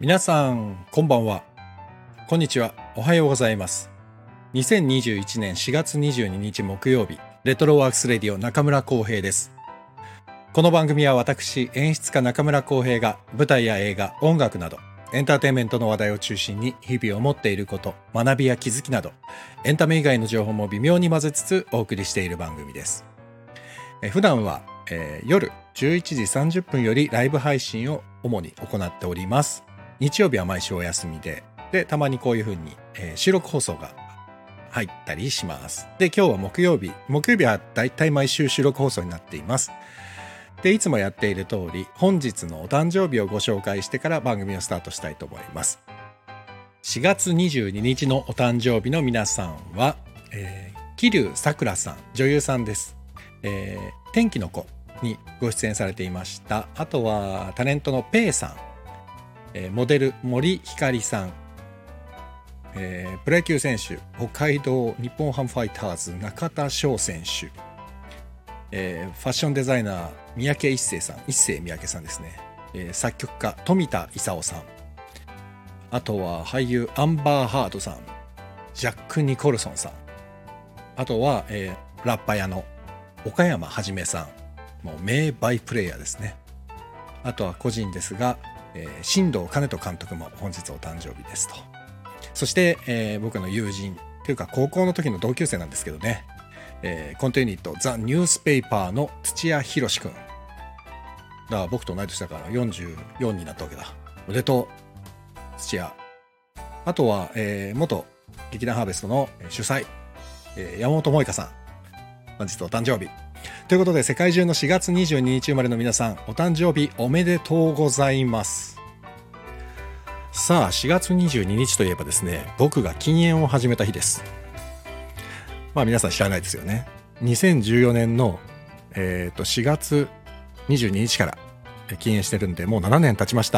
皆さんこんばんは、こんにちは、おはようございます。2021年4月22日木曜日、レトロワークスレディオ中村浩平です。この番組は私演出家中村浩平が舞台や映画、音楽などエンターテインメントの話題を中心に日々思っていること、学びや気づきなどエンタメ以外の情報も微妙に混ぜつつお送りしている番組です。普段は、夜11時30分よりライブ配信を主に行っております。日曜日は毎週お休みで、たまにこういう風に、収録放送が入ったりします。で、今日は木曜日はだいたい毎週収録放送になっています。で、いつもやっている通り、本日のお誕生日をご紹介してから番組をスタートしたいと思います。4月22日のお誕生日の皆さんは、桐生さくらさん、女優さんです。天気の子にご出演されていました。あとはタレントのペイさん、モデル森ひかりさん、プロ野球選手北海道日本ハムファイターズ中田翔選手、ファッションデザイナー三宅一生さん、一生三宅さんですね、作曲家富田勲さん、あとは俳優アンバーハードさん、ジャック・ニコルソンさん、あとは、ラッパ屋の岡山はじめさん、もう名バイプレイヤーですね。あとは個人ですが、新藤兼人監督も本日お誕生日ですと。そして、僕の友人というか高校の時の同級生なんですけどね、コントユニットザ・ニュースペーパーの土屋博くんだから僕と同い年だから44になったわけだ。おめでとう土屋。あとは、元劇団ハーベストの主催、山本萌香さん、本日お誕生日ということで、世界中の4月22日生まれの皆さん、お誕生日おめでとうございます。さあ、4月22日といえばですね、僕が禁煙を始めた日です。まあ皆さん知らないですよね。2014年の、4月22日から禁煙してるんで、もう7年経ちました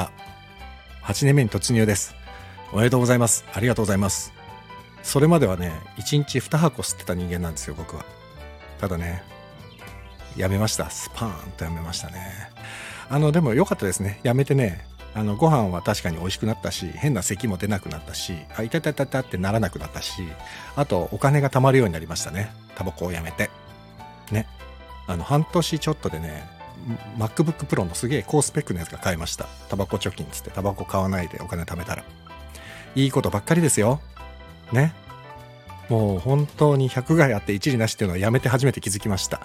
。8年目に突入です。おめでとうございます。ありがとうございます。それまではね、1日2箱吸ってた人間なんですよ、僕は。ただね、やめました。スパーンとやめましたね。でも良かったですね。やめてね、ご飯は確かに美味しくなったし、変な咳も出なくなったし、痛い痛い痛い痛いってならなくなったし、あとお金が貯まるようになりましたね。タバコをやめてね。半年ちょっとでね、MacBook Pro のすげえ高スペックのやつが買いました。タバコ貯金つってタバコ買わないでお金貯めたらいいことばっかりですよね。もう本当に百害あって一理なしっていうのはやめて初めて気づきました。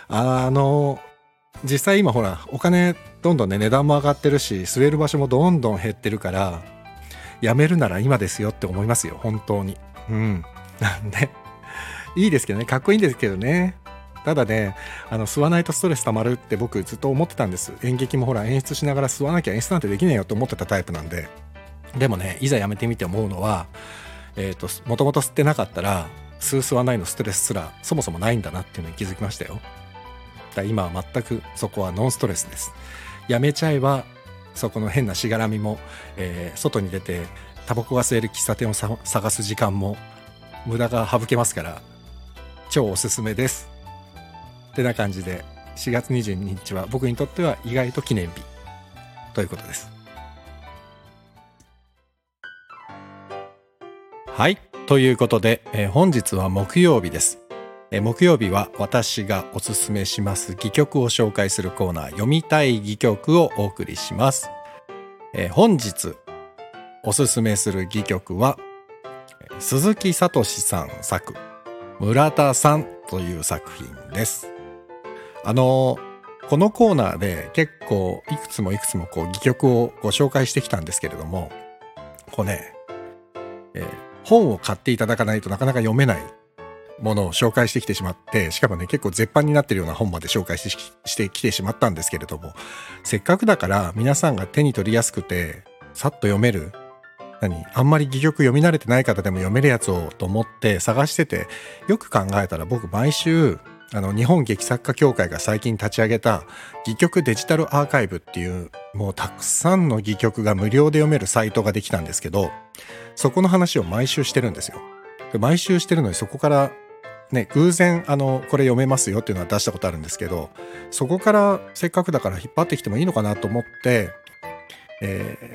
実際今ほらお金どんどんね値段も上がってるし、吸える場所もどんどん減ってるから、やめるなら今ですよって思いますよ、本当に。なんでいいですけどね、かっこいいんですけどね。ただね、吸わないとストレス溜まるって僕ずっと思ってたんです。演劇もほら演出しながら吸わなきゃ演出なんてできねえよと思ってたタイプなんで。でもね、いざやめてみて思うのは、もともと吸ってなかったら吸わないのストレスすらそもそもないんだなっていうのに気づきましたよ。だ今は全くそこはノンストレスです。やめちゃえばそこの変なしがらみも、外に出てタバコが吸える喫茶店を探す時間も無駄が省けますから、超おすすめです。ってな感じで、4月22日は僕にとっては意外と記念日ということです。はい、ということで、本日は木曜日です。木曜日は私がおすすめします戯曲を紹介するコーナー、読みたい戯曲をお送りします。本日おすすめする戯曲は鈴木聡さん作村田さんという作品です。このコーナーで結構いくつもこう戯曲をご紹介してきたんですけれども、こうね、本を買っていただかないとなかなか読めないものを紹介してきてしまって、しかもね結構絶版になってるような本まで紹介してきてしまったんですけれども、せっかくだから皆さんが手に取りやすくてさっと読める、あんまり戯曲読み慣れてない方でも読めるやつをと思って探してて、よく考えたら僕毎週日本劇作家協会が最近立ち上げた戯曲デジタルアーカイブっていう、もうたくさんの戯曲が無料で読めるサイトができたんですけど、そこの話を毎週してるんですよ。で毎週してるのに、そこからね、偶然これ読めますよっていうのは出したことあるんですけど、そこからせっかくだから引っ張ってきてもいいのかなと思って、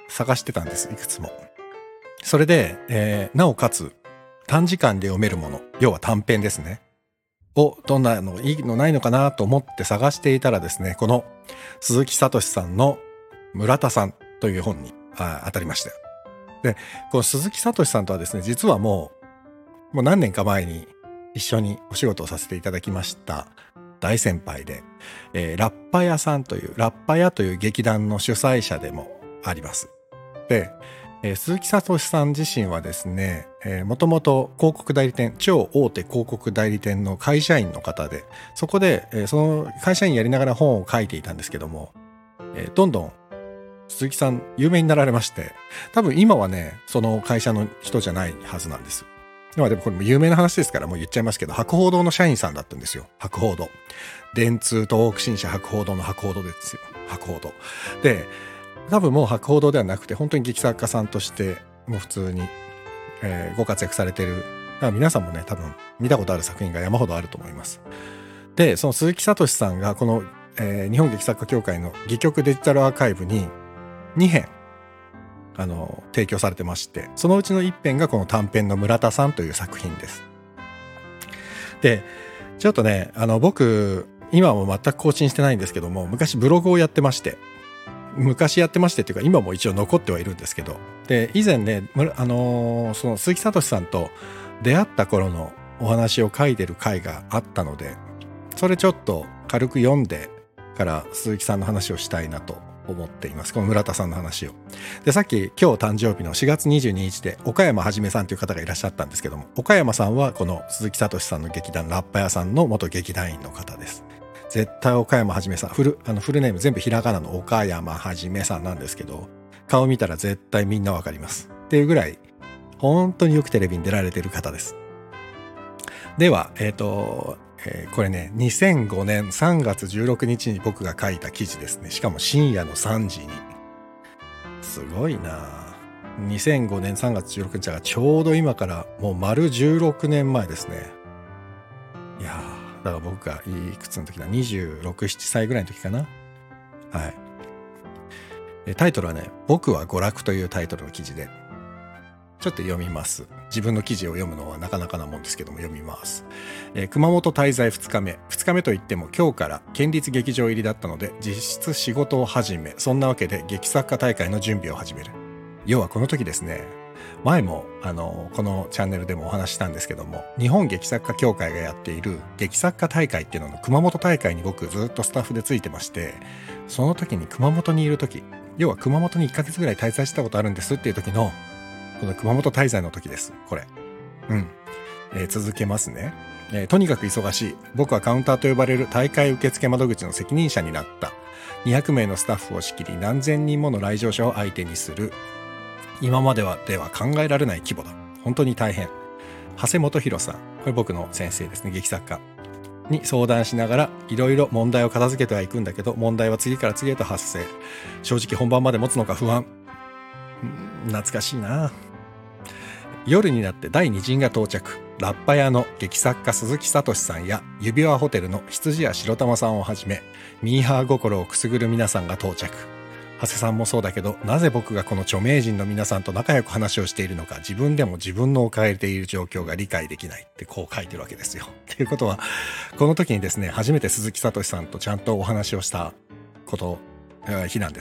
探してたんです、いくつも。それで、なおかつ短時間で読めるもの、要は短編ですね、どんなのいいのないのかなと思って探していたらですね、この鈴木聡さんの村田さんという本に当たりました。で、この鈴木聡さんとはですね、実はもう何年か前に一緒にお仕事をさせていただきました大先輩で、ラッパ屋さんというラッパ屋という劇団の主催者でもあります。で、鈴木聡さん自身はですね、もともと広告代理店、超大手広告代理店の会社員の方で、そこで、その会社員やりながら本を書いていたんですけども、どんどん鈴木さん有名になられまして、多分今はね、その会社の人じゃないはずなんです。でもこれも有名な話ですからもう言っちゃいますけど、博報堂の社員さんだったんですよ。博報堂。電通東北新社博報堂の博報堂ですよ。博報堂。で、多分もう博報堂ではなくて本当に劇作家さんとしてもう普通に、ご活躍されてる。皆さんもね多分見たことある作品が山ほどあると思います。で、その鈴木聡さんがこの、日本劇作家協会の戯曲デジタルアーカイブに2編提供されてまして、そのうちの1編がこの短編の村田さんという作品です。で、ちょっとね僕今も全く更新してないんですけども、昔ブログをやってまして、昔やってましてっていうか今も一応残ってはいるんですけど、で以前ね、その鈴木聡さんと出会った頃のお話を書いてる回があったので、それちょっと軽く読んでから鈴木さんの話をしたいなと思っています。この村田さんの話を。で、さっき今日誕生日の4月22日で岡山はじめさんという方がいらっしゃったんですけども、岡山さんはこの鈴木聡さんの劇団ラッパ屋さんの元劇団員の方です。絶対岡山はじめさん、フルネーム全部ひらがなの岡山はじめさんなんですけど、顔見たら絶対みんなわかりますっていうぐらい本当によくテレビに出られている方です。ではこれね、2005年3月16日に僕が書いた記事ですね。しかも深夜の3時に。すごいな。2005年3月16日がちょうど今からもう丸16年前ですね。いやー、だから僕がいくつの時だ、26、7歳ぐらいの時かな。はい。タイトルはね、僕は娯楽というタイトルの記事で、ちょっと読みます。自分の記事を読むのはなかなかなもんですけども読みます。熊本滞在2日目。2日目といっても今日から県立劇場入りだったので実質仕事を始め、そんなわけで劇作家大会の準備を始める。要はこの時ですね、前もこのチャンネルでもお話ししたんですけども、日本劇作家協会がやっている劇作家大会っていうのの熊本大会に僕ずっとスタッフでついてまして、その時に熊本にいる時、要は熊本に1ヶ月ぐらい滞在したことあるんですっていう時のこの熊本滞在の時です。これ。続けますね。とにかく忙しい。僕はカウンターと呼ばれる大会受付窓口の責任者になった。200名のスタッフを仕切り、何千人もの来場者を相手にする。今まででは考えられない規模だ。本当に大変。長谷元博さん。これ僕の先生ですね。劇作家。に相談しながらいろいろ問題を片付けてはいくんだけど、問題は次から次へと発生。正直本番まで持つのか不安。懐かしいな。夜になって第2陣が到着。ラッパ屋の劇作家鈴木聡さんや指輪ホテルの羊屋白玉さんをはじめ、ミーハー心をくすぐる皆さんが到着。長谷さんもそうだけど、なぜ僕がこの著名人の皆さんと仲良く話をしているのか、自分でも自分の置かれている状況が理解できないってこう書いてるわけですよ。っていうことは、この時にですね、初めて鈴木聡さんとちゃんとお話をした日なんです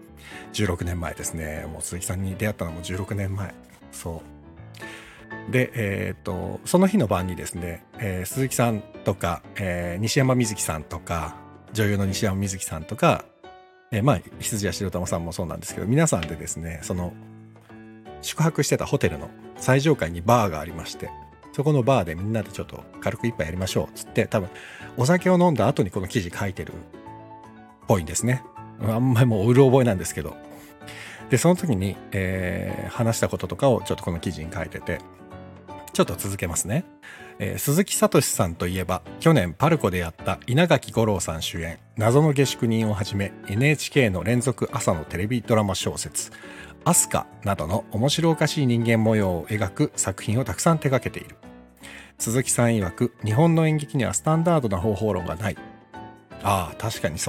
。16年前ですね。もう鈴木さんに出会ったのも16年前。そう。で、その日の晩にですね、鈴木さんとか、西山瑞希さんとか、女優の西山瑞希さんとか、羊谷白玉さんもそうなんですけど、皆さんでですね、その宿泊してたホテルの最上階にバーがありまして、そこのバーでみんなでちょっと軽く一杯やりましょうっつって、多分お酒を飲んだ後にこの記事書いてるっぽいんですね。あんまりもううる覚えなんですけど、でその時に、話したこととかをちょっとこの記事に書いてて、ちょっと続けますね。鈴木聡さんといえば去年パルコでやった稲垣吾郎さん主演謎の下宿人をはじめ NHK の連続朝のテレビドラマ小説アスカなどの面白おかしい人間模様を描く作品をたくさん手掛けている。鈴木さん曰く、日本の演劇にはスタンダードな方法論がない。ああ、確かにそうだ。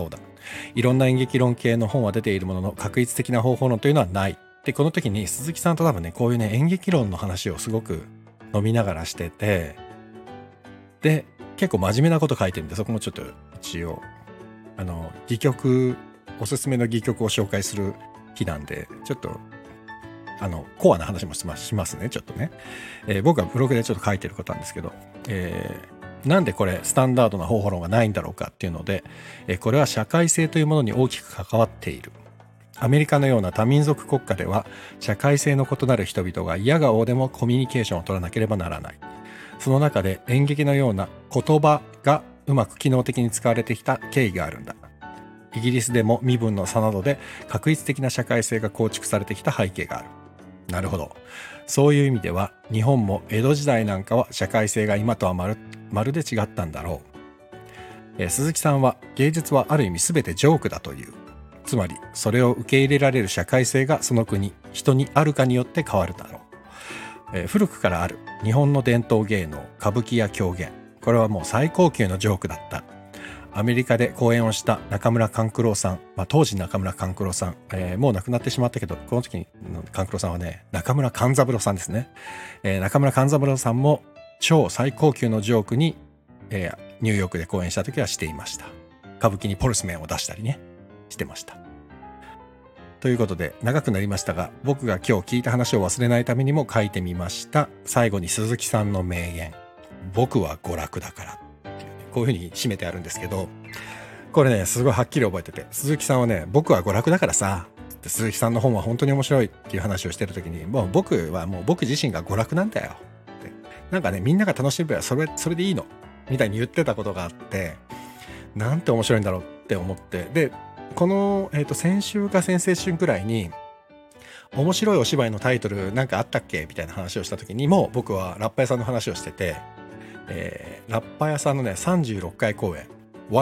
いろんな演劇論系の本は出ているものの確一的な方法論というのはない。でこの時に鈴木さんと多分ねこういうね演劇論の話をすごく飲みながらしてて、で結構真面目なこと書いてるんで、そこもちょっと一応戯曲、おすすめの戯曲を紹介する日なんでちょっとコアな話もしますねちょっとね、僕はブログでちょっと書いてることなんですけど、なんでこれスタンダードな方法論がないんだろうかっていうので、これは社会性というものに大きく関わっている。アメリカのような多民族国家では社会性の異なる人々が嫌がおうでもコミュニケーションを取らなければならない。その中で演劇のような言葉がうまく機能的に使われてきた経緯があるんだ。イギリスでも身分の差などで確一的な社会性が構築されてきた背景がある。なるほど。そういう意味では日本も江戸時代なんかは社会性が今とはまるで違ったんだろう。鈴木さんは芸術はある意味全てジョークだという。つまりそれを受け入れられる社会性がその国人にあるかによって変わるだろう。古くからある日本の伝統芸能歌舞伎や狂言、これはもう最高級のジョークだった。アメリカで講演をした中村勘九郎さん、当時中村勘九郎さん、もう亡くなってしまったけどこの時に勘九郎さんはね中村勘三郎さんですね、中村勘三郎さんも超最高級のジョークに、ニューヨークで講演した時はしていました。歌舞伎にポルスメンを出したりねしてました。ということで長くなりましたが、僕が今日聞いた話を忘れないためにも書いてみました。最後に鈴木さんの名言、僕は娯楽だからっていうね、こういう風に締めてあるんですけど、これねすごいはっきり覚えてて、鈴木さんはね僕は娯楽だからさって鈴木さんの本は本当に面白いっていう話をしてる時に、もう僕はもう僕自身が娯楽なんだよって、なんかねみんなが楽しめばそれでいいのみたいに言ってたことがあって、なんて面白いんだろうって思って、でこの、先週か先々週くらいに面白いお芝居のタイトルなんかあったっけみたいな話をした時にも僕はラッパ屋さんの話をしてて、ラッパ屋さんのね36回公演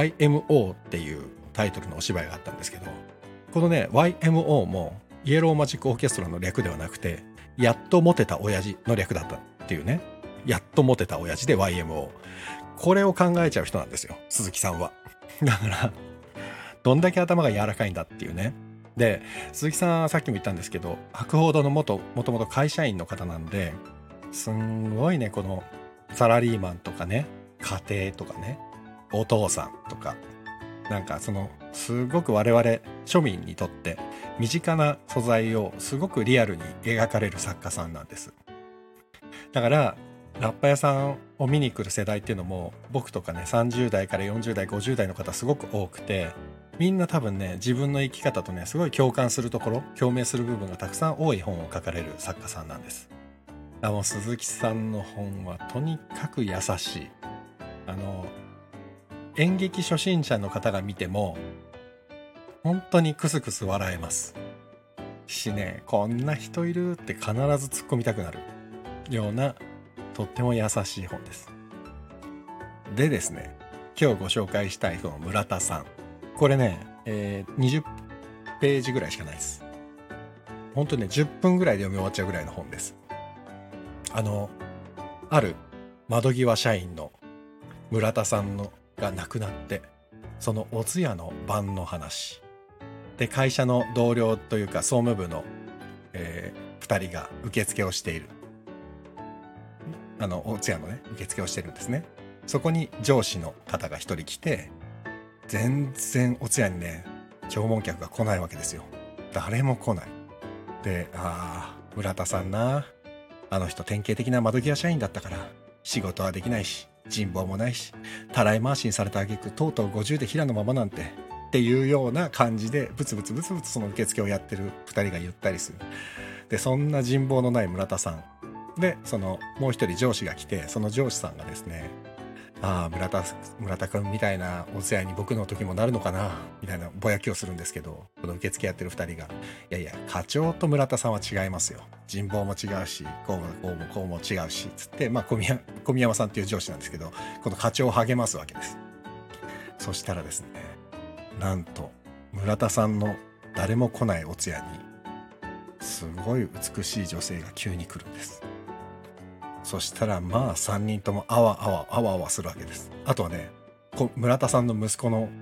YMO っていうタイトルのお芝居があったんですけど、このね YMO もイエローマジックオーケストラの略ではなくてやっとモテた親父の略だったっていうね、やっとモテた親父で YMO、 これを考えちゃう人なんですよ鈴木さんは。だからどんだけ頭が柔らかいんだっていうね。で鈴木さんさっきも言ったんですけど博報堂のもともと会社員の方なんで、すんごいねこのサラリーマンとかね家庭とかねお父さんとか、なんかそのすごく我々庶民にとって身近な素材をすごくリアルに描かれる作家さんなんです。だからラッパ屋さんを見に来る世代っていうのも僕とかね30代から40代50代の方すごく多くて、みんな多分ね自分の生き方とねすごい共感するところ、共鳴する部分がたくさん多い本を書かれる作家さんなんです。もう鈴木さんの本はとにかく優しい。演劇初心者の方が見ても本当にクスクス笑えますしね、こんな人いるって必ず突っ込みたくなるようなとっても優しい本です。でですね、今日ご紹介したいこの村田さん、これね、20ページぐらいしかないです。本当にね10分ぐらいで読み終わっちゃうぐらいの本です。ある窓際社員の村田さんが亡くなって、そのお通夜の晩の話で、会社の同僚というか総務部の、2人が受付をしている、お通夜のね受付をしてるんですね。そこに上司の方が一人来て、全然お通夜にね弔問客が来ないわけですよ。誰も来ない。で、村田さんな、あの人典型的な窓際社員だったから仕事はできないし人望もないし、たらい回しにされた挙句とうとう50で平のままなんてっていうような感じでブツブツその受付をやってる2人が言ったりする。でそんな人望のない村田さんで、そのもう一人上司が来て、その上司さんがですね、村田くんみたいなお通夜に僕の時もなるのかなみたいなぼやきをするんですけど、この受付やってる2人が、いやいや課長と村田さんは違いますよ、人望も違うしこうも違うしつって、小宮山さんっていう上司なんですけど、この課長を励ますわけです。そしたらですね、なんと村田さんの誰も来ないお通夜にすごい美しい女性が急に来るんです。そしたら3人ともあわあわするわけです。あとはね、村田さんの息子の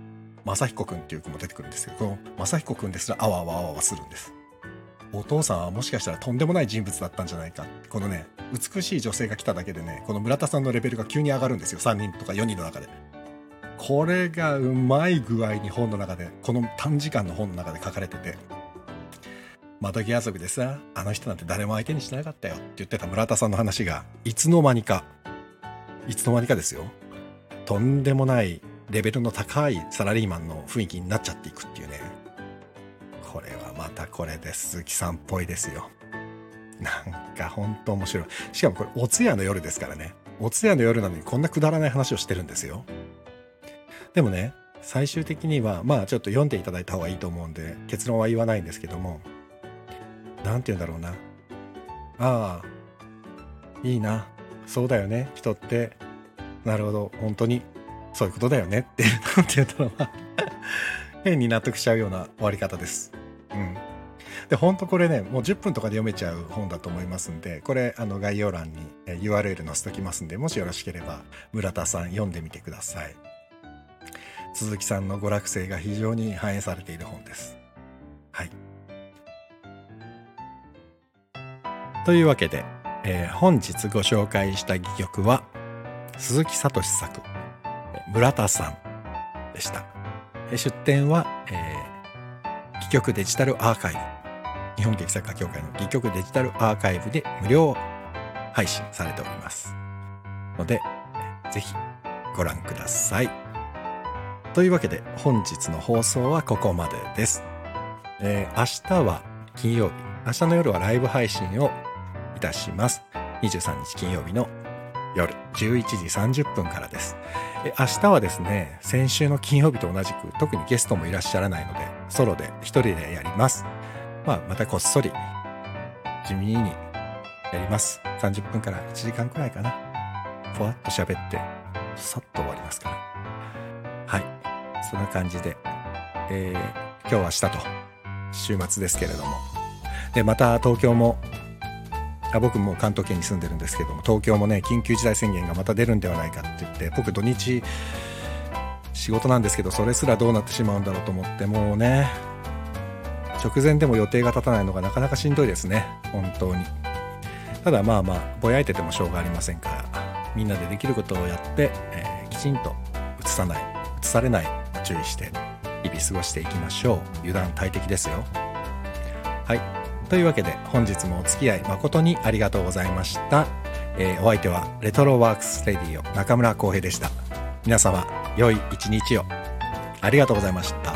正彦くんっていう子も出てくるんですけど、この正彦くんですらあわあわあわあわするんです。お父さんはもしかしたらとんでもない人物だったんじゃないか。このね、美しい女性が来ただけでね、この村田さんのレベルが急に上がるんですよ。3人とか4人の中で。これがうまい具合に本の中で、この短時間の本の中で書かれてて、窓際遊びでさ、あの人なんて誰も相手にしなかったよって言ってた村田さんの話が、いつの間にかですよ。とんでもないレベルの高いサラリーマンの雰囲気になっちゃっていくっていうね。これはまたこれで鈴木さんっぽいですよ。なんかほんと面白い。しかもこれお通夜の夜ですからね。お通夜の夜なのにこんなくだらない話をしてるんですよ。でもね、最終的にはまあちょっと読んでいただいた方がいいと思うんで結論は言わないんですけども、なんて言うんだろうな。ああ、いいな。そうだよね。人って、なるほど。本当にそういうことだよねってなんて言ったのは変に納得しちゃうような終わり方です。うん。で、本当これね、もう10分とかで読めちゃう本だと思いますんで、これ概要欄にURL 載せときますんで、もしよろしければ村田さん読んでみてください。鈴木さんの娯楽性が非常に反映されている本です。はい。というわけで、本日ご紹介した戯曲は鈴木聡作村田さんでした。出典は、戯曲デジタルアーカイブ、日本劇作家協会の戯曲デジタルアーカイブで無料配信されておりますので、ぜひご覧ください。というわけで本日の放送はここまでです。明日は金曜日、明日の夜はライブ配信をいたします。23日金曜日の夜11時30分からです。明日はですね、先週の金曜日と同じく特にゲストもいらっしゃらないのでソロで一人でやります。またこっそり地味にやります。30分から1時間くらいかな。ふわっと喋ってさっと終わりますから。はい、そんな感じで、今日は明日と週末ですけれども、でまた東京も僕も関東圏に住んでるんですけども、東京もね緊急事態宣言がまた出るんではないかって言って、僕土日仕事なんですけど、それすらどうなってしまうんだろうと思って、もうね直前でも予定が立たないのがなかなかしんどいですね、本当に。ただぼやいててもしょうがありませんから、みんなでできることをやって、きちんとうつされない注意して日々過ごしていきましょう。油断大敵ですよ。はい、というわけで本日もお付き合い誠にありがとうございました。お相手はレトロワークスレディオ中村浩平でした。皆様良い一日を。ありがとうございました。